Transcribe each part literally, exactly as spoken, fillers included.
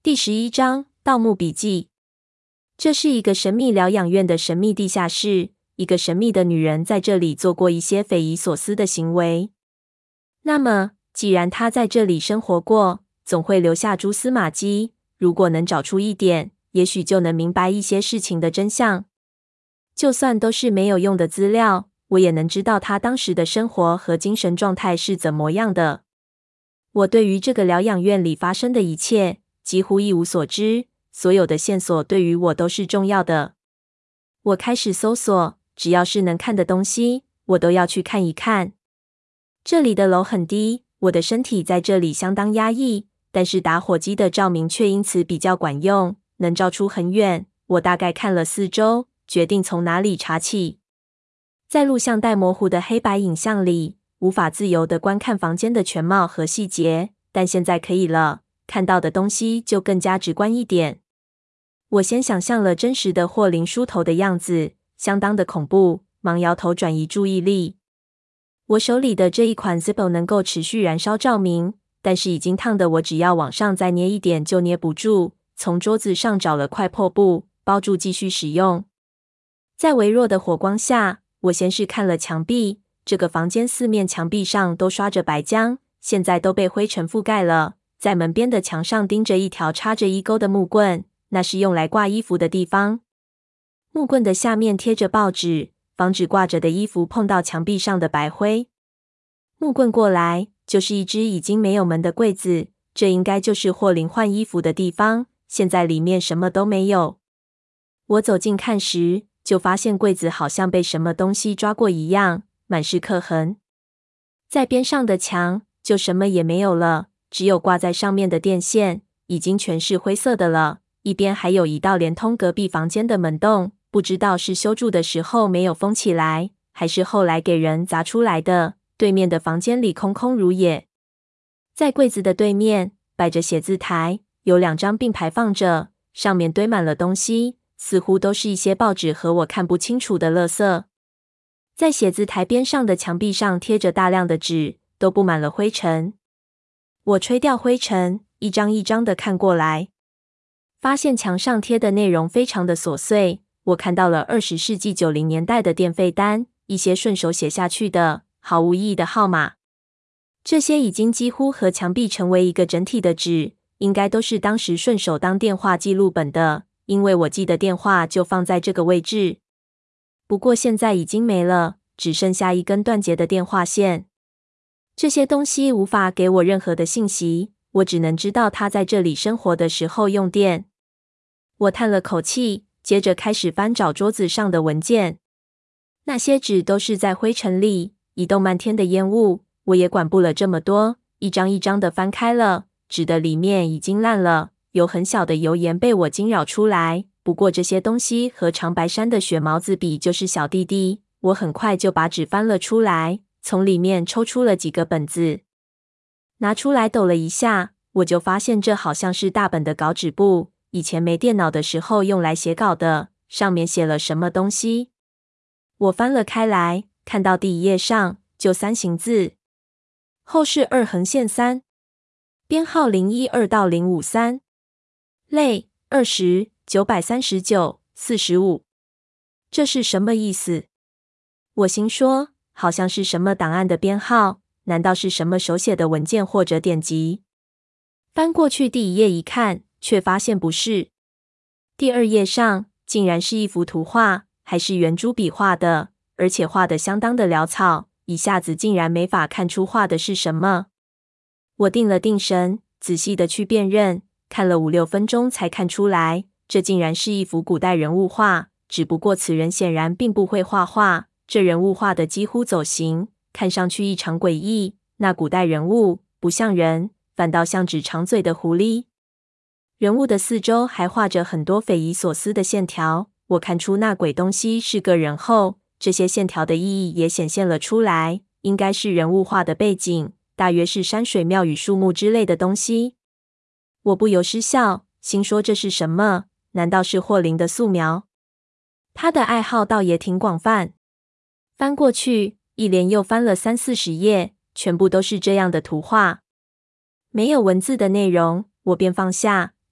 第十一章盗墓笔记。这是一个神秘疗养院的神秘地下室，一个神秘的女人在这里做过一些匪夷所思的行为。那么，既然她在这里生活过，总会留下蛛丝马迹，如果能找出一点，也许就能明白一些事情的真相。就算都是没有用的资料，我也能知道她当时的生活和精神状态是怎么样的。我对于这个疗养院里发生的一切几乎一无所知，所有的线索对于我都是重要的。我开始搜索，只要是能看的东西，我都要去看一看。这里的楼很低，我的身体在这里相当压抑，但是打火机的照明却因此比较管用，能照出很远。我大概看了四周，决定从哪里查起。在录像带模糊的黑白影像里，无法自由地观看房间的全貌和细节，但现在可以了。看到的东西就更加直观一点。我先想象了真实的霍林梳头的样子，相当的恐怖，忙摇头转移注意力。我手里的这一款 Zippo 能够持续燃烧照明，但是已经烫的我只要往上再捏一点就捏不住，从桌子上找了块破布包住继续使用。在微弱的火光下，我先是看了墙壁，这个房间四面墙壁上都刷着白浆，现在都被灰尘覆盖了。在门边的墙上钉着一条插着衣钩的木棍，那是用来挂衣服的地方。木棍的下面贴着报纸，防止挂着的衣服碰到墙壁上的白灰。木棍过来，就是一只已经没有门的柜子，这应该就是霍林换衣服的地方，现在里面什么都没有。我走近看时，就发现柜子好像被什么东西抓过一样，满是刻痕。在边上的墙就什么也没有了，只有挂在上面的电线，已经全是灰色的了。一边还有一道连通隔壁房间的门洞，不知道是修筑的时候没有封起来，还是后来给人砸出来的。对面的房间里空空如也。在柜子的对面摆着写字台，有两张并排放着，上面堆满了东西，似乎都是一些报纸和我看不清楚的垃圾。在写字台边上的墙壁上贴着大量的纸，都布满了灰尘。我吹掉灰尘，一张一张的看过来，发现墙上贴的内容非常的琐碎。我看到了二十世纪九零年代的电费单，一些顺手写下去的毫无意义的号码。这些已经几乎和墙壁成为一个整体的纸，应该都是当时顺手当电话记录本的，因为我记得电话就放在这个位置。不过现在已经没了，只剩下一根断节的电话线。这些东西无法给我任何的信息，我只能知道他在这里生活的时候用电。我叹了口气，接着开始翻找桌子上的文件。那些纸都是在灰尘里移动漫天的烟雾，我也管不了这么多，一张一张的翻开了，纸的里面已经烂了，有很小的油盐被我惊扰出来。不过这些东西和长白山的雪毛子比就是小弟弟，我很快就把纸翻了出来，从里面抽出了几个本子，拿出来抖了一下，我就发现这好像是大本的稿纸簿，以前没电脑的时候用来写稿的，上面写了什么东西。我翻了开来，看到第一页上就三行字，后是二横线三，编号零一二到零五三，类二十、九百三十九、四十五。这是什么意思？我心说，好像是什么档案的编号，难道是什么手写的文件或者典籍？翻过去第一页一看，却发现不是。第二页上竟然是一幅图画，还是圆珠笔画的，而且画得相当的潦草，一下子竟然没法看出画的是什么。我定了定神，仔细的去辨认，看了五六分钟才看出来，这竟然是一幅古代人物画，只不过此人显然并不会画画。这人物画的几乎走形，看上去异常诡异。那古代人物不像人，反倒像只长嘴的狐狸。人物的四周还画着很多匪夷所思的线条，我看出那鬼东西是个人后，这些线条的意义也显现了出来，应该是人物画的背景，大约是山水庙宇树木之类的东西。我不由失笑，心说这是什么？难道是霍林的素描？他的爱好倒也挺广泛。翻过去，一连又翻了三四十页，全部都是这样的图画，没有文字的内容，我便放下，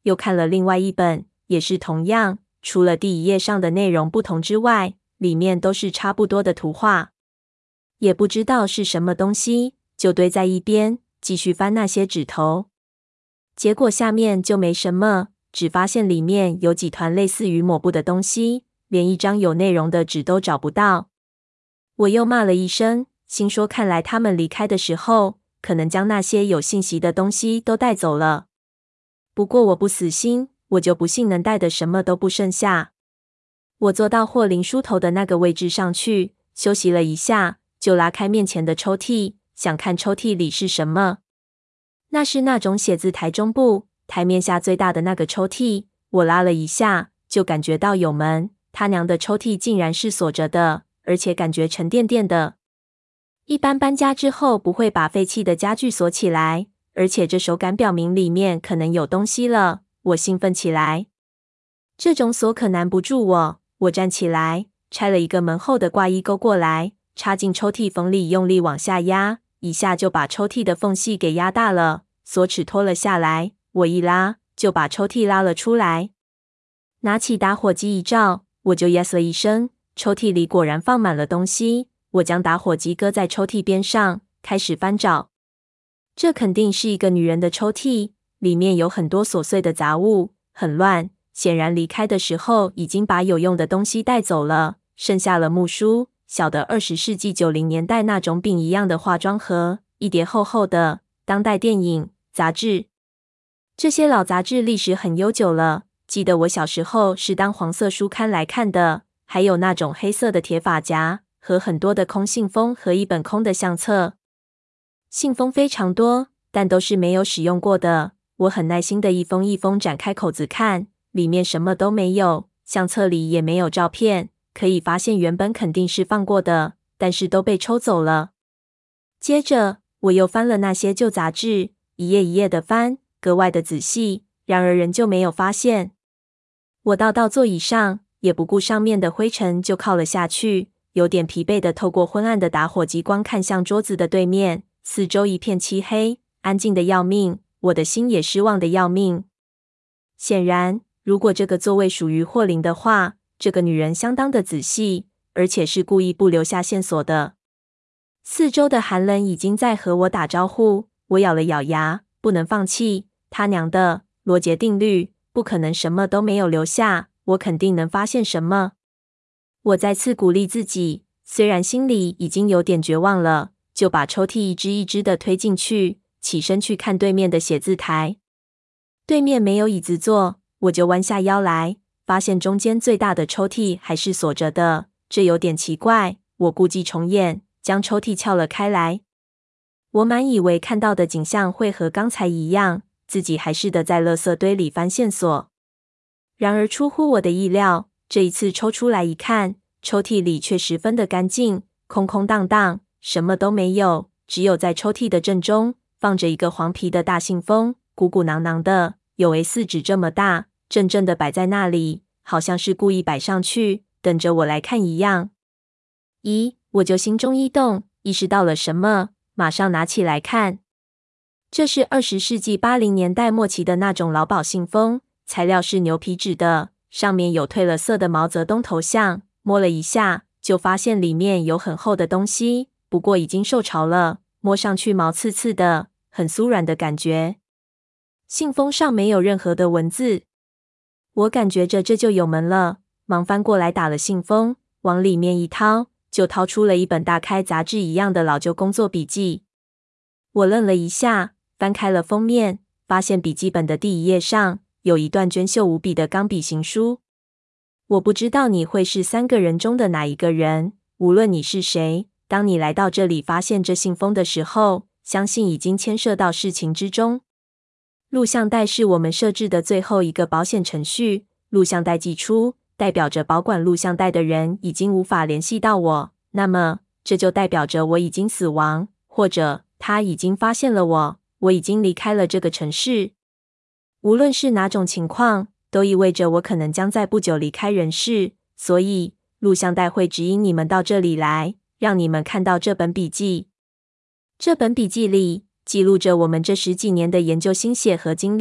又看了另外一本，也是同样，除了第一页上的内容不同之外，里面都是差不多的图画。也不知道是什么东西，就堆在一边，继续翻那些纸头。结果下面就没什么，只发现里面有几团类似于抹布的东西，连一张有内容的纸都找不到。我又骂了一声，心说看来他们离开的时候，可能将那些有信息的东西都带走了。不过我不死心，我就不信能带的什么都不剩下。我坐到霍林梳头的那个位置上去，休息了一下，就拉开面前的抽屉，想看抽屉里是什么。那是那种写字台中部，台面下最大的那个抽屉。我拉了一下，就感觉到有门，他娘的抽屉竟然是锁着的，而且感觉沉甸甸的。一般搬家之后不会把废弃的家具锁起来，而且这手感表明里面可能有东西了。我兴奋起来，这种锁可难不住我。我站起来，拆了一个门后的挂衣钩过来，插进抽屉缝里，用力往下压，一下就把抽屉的缝隙给压大了，锁齿脱了下来。我一拉，就把抽屉拉了出来。拿起打火机一照，我就 yes 了一声，抽屉里果然放满了东西。我将打火机搁在抽屉边上，开始翻找。这肯定是一个女人的抽屉，里面有很多琐碎的杂物，很乱。显然离开的时候已经把有用的东西带走了，剩下了木梳，小的二十世纪九零年代那种饼一样的化妆盒，一叠厚厚的当代电影杂志。这些老杂志历史很悠久了，记得我小时候是当黄色书刊来看的，还有那种黑色的铁发夹和很多的空信封和一本空的相册。信封非常多，但都是没有使用过的。我很耐心的一封一封展开口子看，里面什么都没有，相册里也没有照片，可以发现原本肯定是放过的，但是都被抽走了。接着我又翻了那些旧杂志，一页一页的翻，格外的仔细，然而仍旧没有发现。我倒到座椅上，也不顾上面的灰尘，就靠了下去，有点疲惫的透过昏暗的打火机光看向桌子的对面，四周一片漆黑，安静的要命，我的心也失望的要命。显然，如果这个座位属于霍林的话，这个女人相当的仔细，而且是故意不留下线索的。四周的寒冷已经在和我打招呼，我咬了咬牙，不能放弃，他娘的，罗杰定律，不可能什么都没有留下，我肯定能发现什么。我再次鼓励自己，虽然心里已经有点绝望了，就把抽屉一只一只的推进去，起身去看对面的写字台。对面没有椅子坐，我就弯下腰来，发现中间最大的抽屉还是锁着的，这有点奇怪。我故伎重演，将抽屉撬了开来。我满以为看到的景象会和刚才一样，自己还是得在垃圾堆里翻线索。然而出乎我的意料，这一次抽出来一看，抽屉里却十分的干净，空空荡荡，什么都没有，只有在抽屉的正中放着一个黄皮的大信封，鼓鼓囊囊的，有 A 四 纸这么大，正正的摆在那里，好像是故意摆上去，等着我来看一样。咦，我就心中一动，意识到了什么，马上拿起来看。这是二十世纪八零年代末期的那种劳保信封，材料是牛皮纸的，上面有褪了色的毛泽东头像，摸了一下，就发现里面有很厚的东西，不过已经受潮了，摸上去毛刺刺的，很酥软的感觉。信封上没有任何的文字，我感觉着这就有门了，忙翻过来打了信封，往里面一掏，就掏出了一本大开杂志一样的老旧工作笔记。我愣了一下，翻开了封面，发现笔记本的第一页上有一段娟秀无比的钢笔行书。我不知道你会是三个人中的哪一个人，无论你是谁，当你来到这里发现这信封的时候，相信已经牵涉到事情之中。录像带是我们设置的最后一个保险程序，录像带寄出，代表着保管录像带的人已经无法联系到我，那么这就代表着我已经死亡，或者他已经发现了我，我已经离开了这个城市。无论是哪种情况，都意味着我可能将在不久离开人世，所以录像带会指引你们到这里来，让你们看到这本笔记。这本笔记里记录着我们这十几年的研究心血和经历，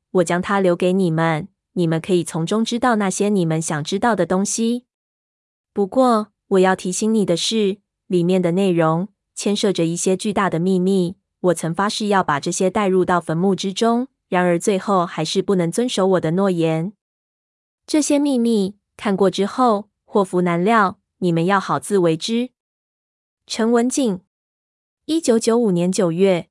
我将它留给你们，你们可以从中知道那些你们想知道的东西。不过，我要提醒你的是，里面的内容牵涉着一些巨大的秘密。我曾发誓要把这些带入到坟墓之中，然而最后还是不能遵守我的诺言。这些秘密看过之后，祸福难料，你们要好自为之。陈文锦，一九九五年九月。